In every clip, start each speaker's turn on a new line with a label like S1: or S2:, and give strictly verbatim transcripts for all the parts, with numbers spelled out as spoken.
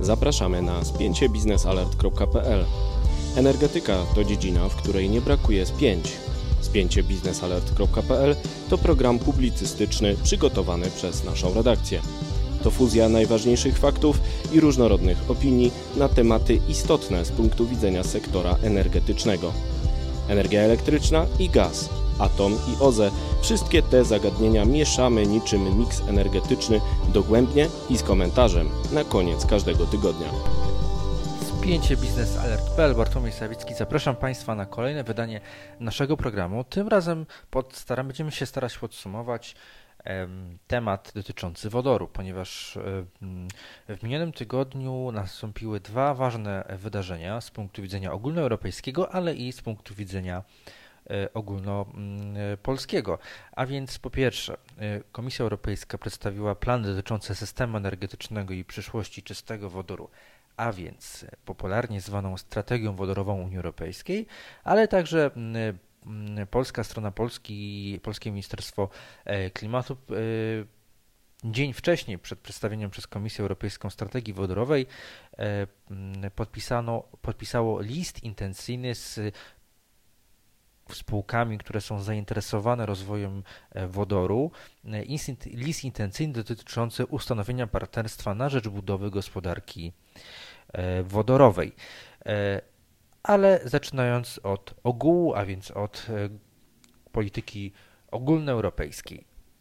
S1: Zapraszamy na spięcie biznes alert kropka p l. Energetyka to dziedzina, w której nie brakuje spięć. spięcie biznes alert kropka p l to program publicystyczny przygotowany przez naszą redakcję. To fuzja najważniejszych faktów i różnorodnych opinii na tematy istotne z punktu widzenia sektora energetycznego. Energia elektryczna i gaz, atom i O Z E, wszystkie te zagadnienia mieszamy niczym miks energetyczny dogłębnie i z komentarzem na koniec każdego tygodnia.
S2: Spięcie biznes alert kropka p l, Bartłomiej Sawicki. Zapraszam Państwa na kolejne wydanie naszego programu. Tym razem pod, staram, będziemy się starać podsumować em, temat dotyczący wodoru, ponieważ em, w minionym tygodniu nastąpiły dwa ważne wydarzenia z punktu widzenia ogólnoeuropejskiego, ale i z punktu widzenia e, ogólnopolskiego. A więc po pierwsze, e, Komisja Europejska przedstawiła plany dotyczące systemu energetycznego i przyszłości czystego wodoru, a więc popularnie zwaną strategią wodorową Unii Europejskiej, ale także polska strona Polski, Polskie Ministerstwo Klimatu dzień wcześniej, przed przedstawieniem przez Komisję Europejską strategii wodorowej, podpisano, podpisało list intencyjny z spółkami, które są zainteresowane rozwojem wodoru, list intencyjny dotyczący ustanowienia partnerstwa na rzecz budowy gospodarki wodorowej. Ale zaczynając od ogółu, a więc od polityki ogólnoeuropejskiej.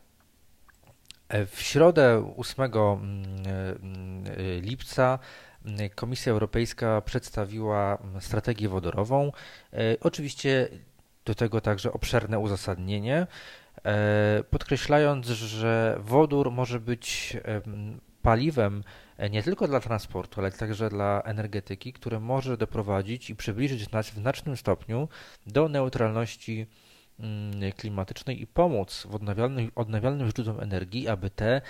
S2: W środę ósmego lipca Komisja Europejska przedstawiła strategię wodorową. Oczywiście do tego także obszerne uzasadnienie, podkreślając, że wodór może być paliwem nie tylko dla transportu, ale także dla energetyki, które może doprowadzić i przybliżyć nas w znacznym stopniu do neutralności klimatycznej i pomóc w odnawialnym, odnawialnym źródłom energii, aby te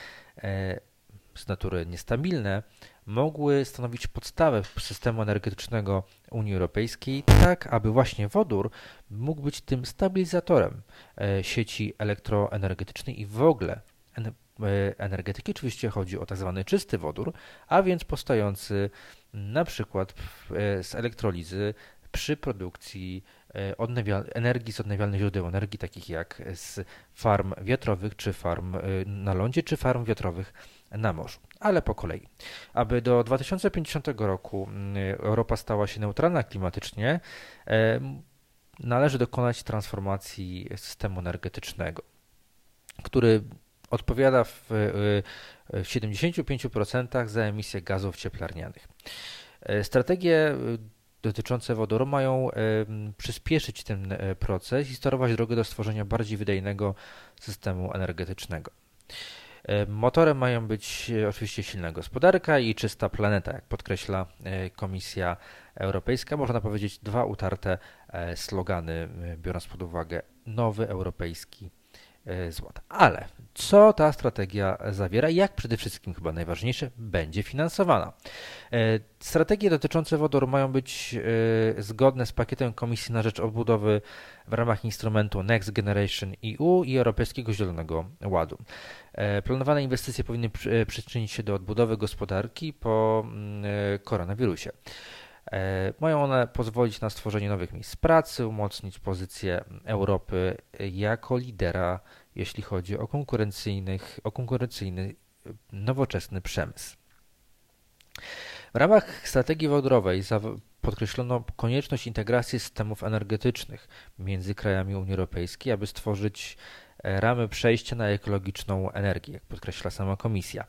S2: z natury niestabilne mogły stanowić podstawę systemu energetycznego Unii Europejskiej, tak aby właśnie wodór mógł być tym stabilizatorem sieci elektroenergetycznej i w ogóle energetyki. Oczywiście chodzi o tak zwany czysty wodór, a więc powstający na przykład z elektrolizy przy produkcji energii z odnawialnych źródeł energii, takich jak z farm wiatrowych, czy farm na lądzie, czy farm wiatrowych na morzu. Ale po kolei. Aby do dwa tysiące pięćdziesiątego roku Europa stała się neutralna klimatycznie, należy dokonać transformacji systemu energetycznego, który odpowiada w, w siedemdziesięciu pięciu procentach za emisję gazów cieplarnianych. Strategie dotyczące wodoru mają przyspieszyć ten proces i sterować drogę do stworzenia bardziej wydajnego systemu energetycznego. Motorem mają być oczywiście silna gospodarka i czysta planeta, jak podkreśla Komisja Europejska. Można powiedzieć dwa utarte slogany, biorąc pod uwagę nowy europejski złot. Ale co ta strategia zawiera i jak przede wszystkim, chyba najważniejsze, będzie finansowana? Strategie dotyczące wodoru mają być zgodne z pakietem Komisji na rzecz odbudowy w ramach instrumentu Next Generation E U i Europejskiego Zielonego Ładu. Planowane inwestycje powinny przyczynić się do odbudowy gospodarki po koronawirusie. Mają one pozwolić na stworzenie nowych miejsc pracy, umocnić pozycję Europy jako lidera, jeśli chodzi o, konkurencyjnych, o konkurencyjny, nowoczesny przemysł. W ramach strategii wodorowej podkreślono konieczność integracji systemów energetycznych między krajami Unii Europejskiej, aby stworzyć ramy przejścia na ekologiczną energię, jak podkreśla sama Komisja.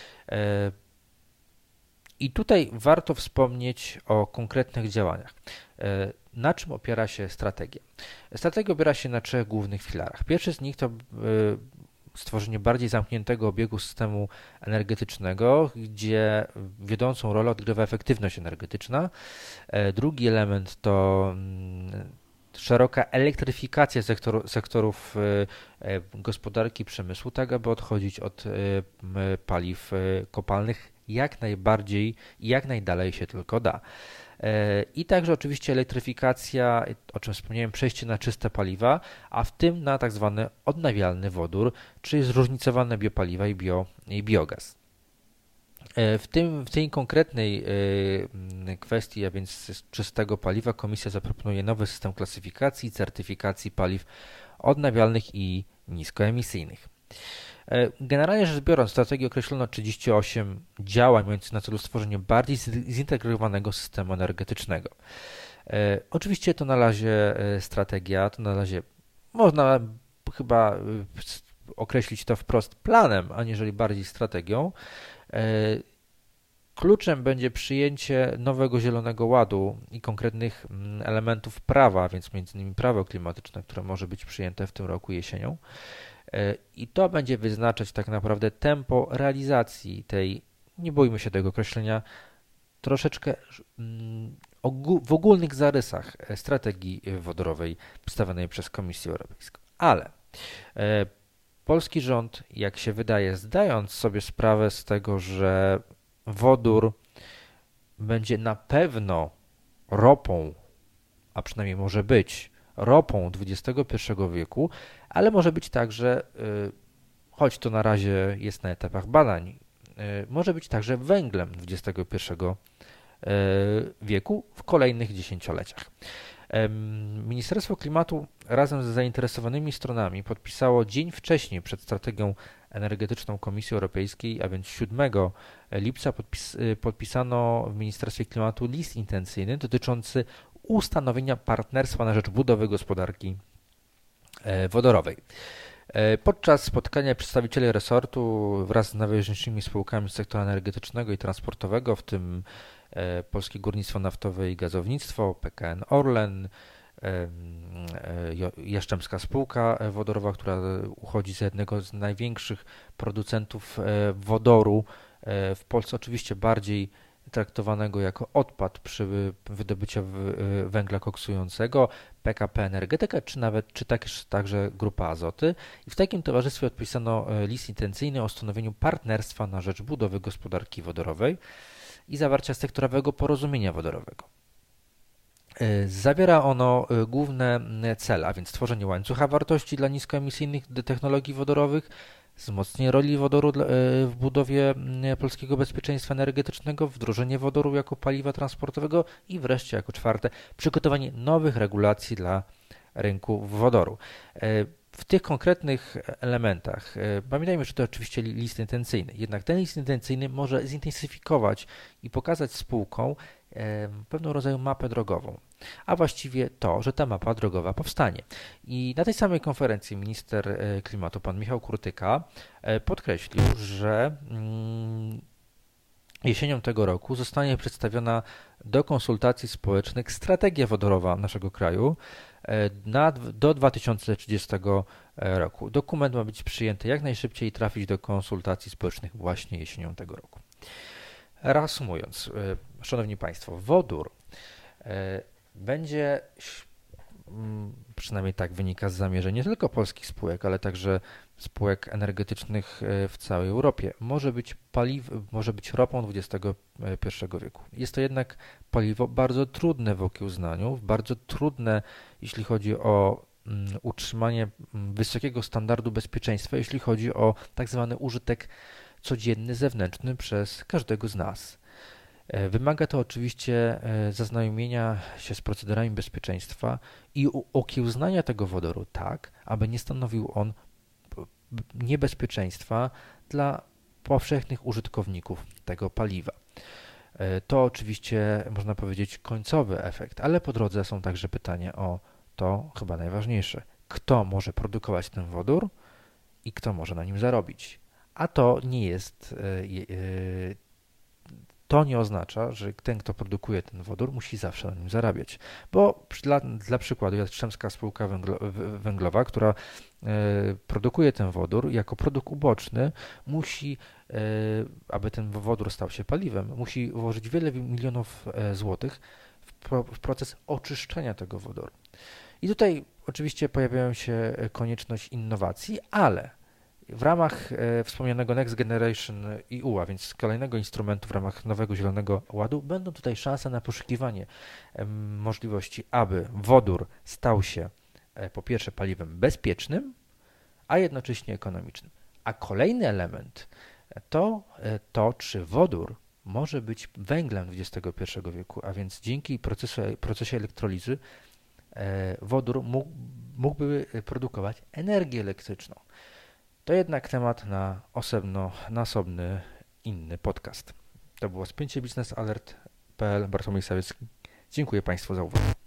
S2: I tutaj warto wspomnieć o konkretnych działaniach. Na czym opiera się strategia? Strategia opiera się na trzech głównych filarach. Pierwszy z nich to stworzenie bardziej zamkniętego obiegu systemu energetycznego, gdzie wiodącą rolę odgrywa efektywność energetyczna. Drugi element to szeroka elektryfikacja sektor, sektorów gospodarki przemysłu, tak aby odchodzić od paliw kopalnych jak najbardziej i jak najdalej się tylko da. I także oczywiście elektryfikacja, o czym wspomniałem, przejście na czyste paliwa, a w tym na tak zwany odnawialny wodór, czyli zróżnicowane biopaliwa i, bio, i biogaz. W, tym, w tej konkretnej kwestii, a więc czystego paliwa, Komisja zaproponuje nowy system klasyfikacji i certyfikacji paliw odnawialnych i niskoemisyjnych. Generalnie rzecz biorąc, w strategii określono trzydzieści osiem działań mających na celu stworzenie bardziej zintegrowanego systemu energetycznego. Oczywiście to na razie strategia, to na razie można chyba określić to wprost planem, aniżeli bardziej strategią. Kluczem będzie przyjęcie nowego Zielonego Ładu i konkretnych elementów prawa, więc między innymi prawo klimatyczne, które może być przyjęte w tym roku jesienią. I to będzie wyznaczać tak naprawdę tempo realizacji tej, nie bójmy się tego określenia, troszeczkę w ogólnych zarysach strategii wodorowej przedstawionej przez Komisję Europejską. Ale polski rząd, jak się wydaje, zdając sobie sprawę z tego, że wodór będzie na pewno ropą, a przynajmniej może być ropą dwudziestego pierwszego wieku, ale może być także, choć to na razie jest na etapach badań, może być także węglem dwudziestego pierwszego wieku w kolejnych dziesięcioleciach. Ministerstwo Klimatu razem z zainteresowanymi stronami podpisało dzień wcześniej przed strategią energetyczną Komisji Europejskiej, a więc siódmego lipca podpis, podpisano w Ministerstwie Klimatu list intencyjny dotyczący ustanowienia partnerstwa na rzecz budowy gospodarki wodorowej. Podczas spotkania przedstawicieli resortu wraz z najważniejszymi spółkami z sektora energetycznego i transportowego, w tym Polskie Górnictwo Naftowe i Gazownictwo, P K N Orlen, Jastrzębska Spółka Wodorowa, która uchodzi za jednego z największych producentów wodoru w Polsce, oczywiście bardziej traktowanego jako odpad przy wydobyciu węgla koksującego, P K P Energetyka, czy nawet czy też także Grupa Azoty. I w takim towarzystwie podpisano list intencyjny o ustanowieniu partnerstwa na rzecz budowy gospodarki wodorowej i zawarcia sektorowego porozumienia wodorowego. Zawiera ono główne cele, a więc tworzenie łańcucha wartości dla niskoemisyjnych technologii wodorowych, wzmocnienie roli wodoru w budowie polskiego bezpieczeństwa energetycznego, wdrożenie wodoru jako paliwa transportowego i wreszcie jako czwarte przygotowanie nowych regulacji dla rynku wodoru. W tych konkretnych elementach, pamiętajmy, że to oczywiście list intencyjny, jednak ten list intencyjny może zintensyfikować i pokazać spółkom pewnego rodzaju mapę drogową, a właściwie to, że ta mapa drogowa powstanie. I na tej samej konferencji minister klimatu, pan Michał Kurtyka, podkreślił, że jesienią tego roku zostanie przedstawiona do konsultacji społecznych strategia wodorowa naszego kraju na, do dwa tysiące trzydziestego roku. Dokument ma być przyjęty jak najszybciej i trafić do konsultacji społecznych właśnie jesienią tego roku. Reasumując, szanowni państwo, wodór będzie, przynajmniej tak wynika z zamierzeń nie tylko polskich spółek, ale także spółek energetycznych w całej Europie, może być paliw, może być ropą dwudziestego pierwszego wieku. Jest to jednak paliwo bardzo trudne w okiełznaniu, bardzo trudne, jeśli chodzi o utrzymanie wysokiego standardu bezpieczeństwa, jeśli chodzi o tak zwany użytek codzienny, zewnętrzny przez każdego z nas. Wymaga to oczywiście zaznajomienia się z procedurami bezpieczeństwa i okiełznania tego wodoru tak, aby nie stanowił on niebezpieczeństwa dla powszechnych użytkowników tego paliwa. To oczywiście można powiedzieć końcowy efekt, ale po drodze są także pytania o to chyba najważniejsze. Kto może produkować ten wodór i kto może na nim zarobić? A to nie jest, to nie oznacza, że ten, kto produkuje ten wodór, musi zawsze na nim zarabiać. Bo dla, dla przykładu Jastrzębska Spółka Węglo, Węglowa, która produkuje ten wodór jako produkt uboczny, musi, aby ten wodór stał się paliwem, musi włożyć wiele milionów złotych w, pro, w proces oczyszczania tego wodoru. I tutaj oczywiście pojawiają się konieczność innowacji, ale w ramach e, wspomnianego Next Generation E U, a więc kolejnego instrumentu w ramach nowego Zielonego Ładu, będą tutaj szanse na poszukiwanie e, możliwości, aby wodór stał się e, po pierwsze paliwem bezpiecznym, a jednocześnie ekonomicznym. A kolejny element to to, czy wodór może być węglem dwudziestego pierwszego wieku, a więc dzięki procesu, procesie elektrolizy wodór mógł, mógłby produkować energię elektryczną. To jednak temat na osobno, na osobny, inny podcast. To było Spięcie Biznes Alert kropka p l. Bartłomiej Sawiecki. Dziękuję Państwu za uwagę.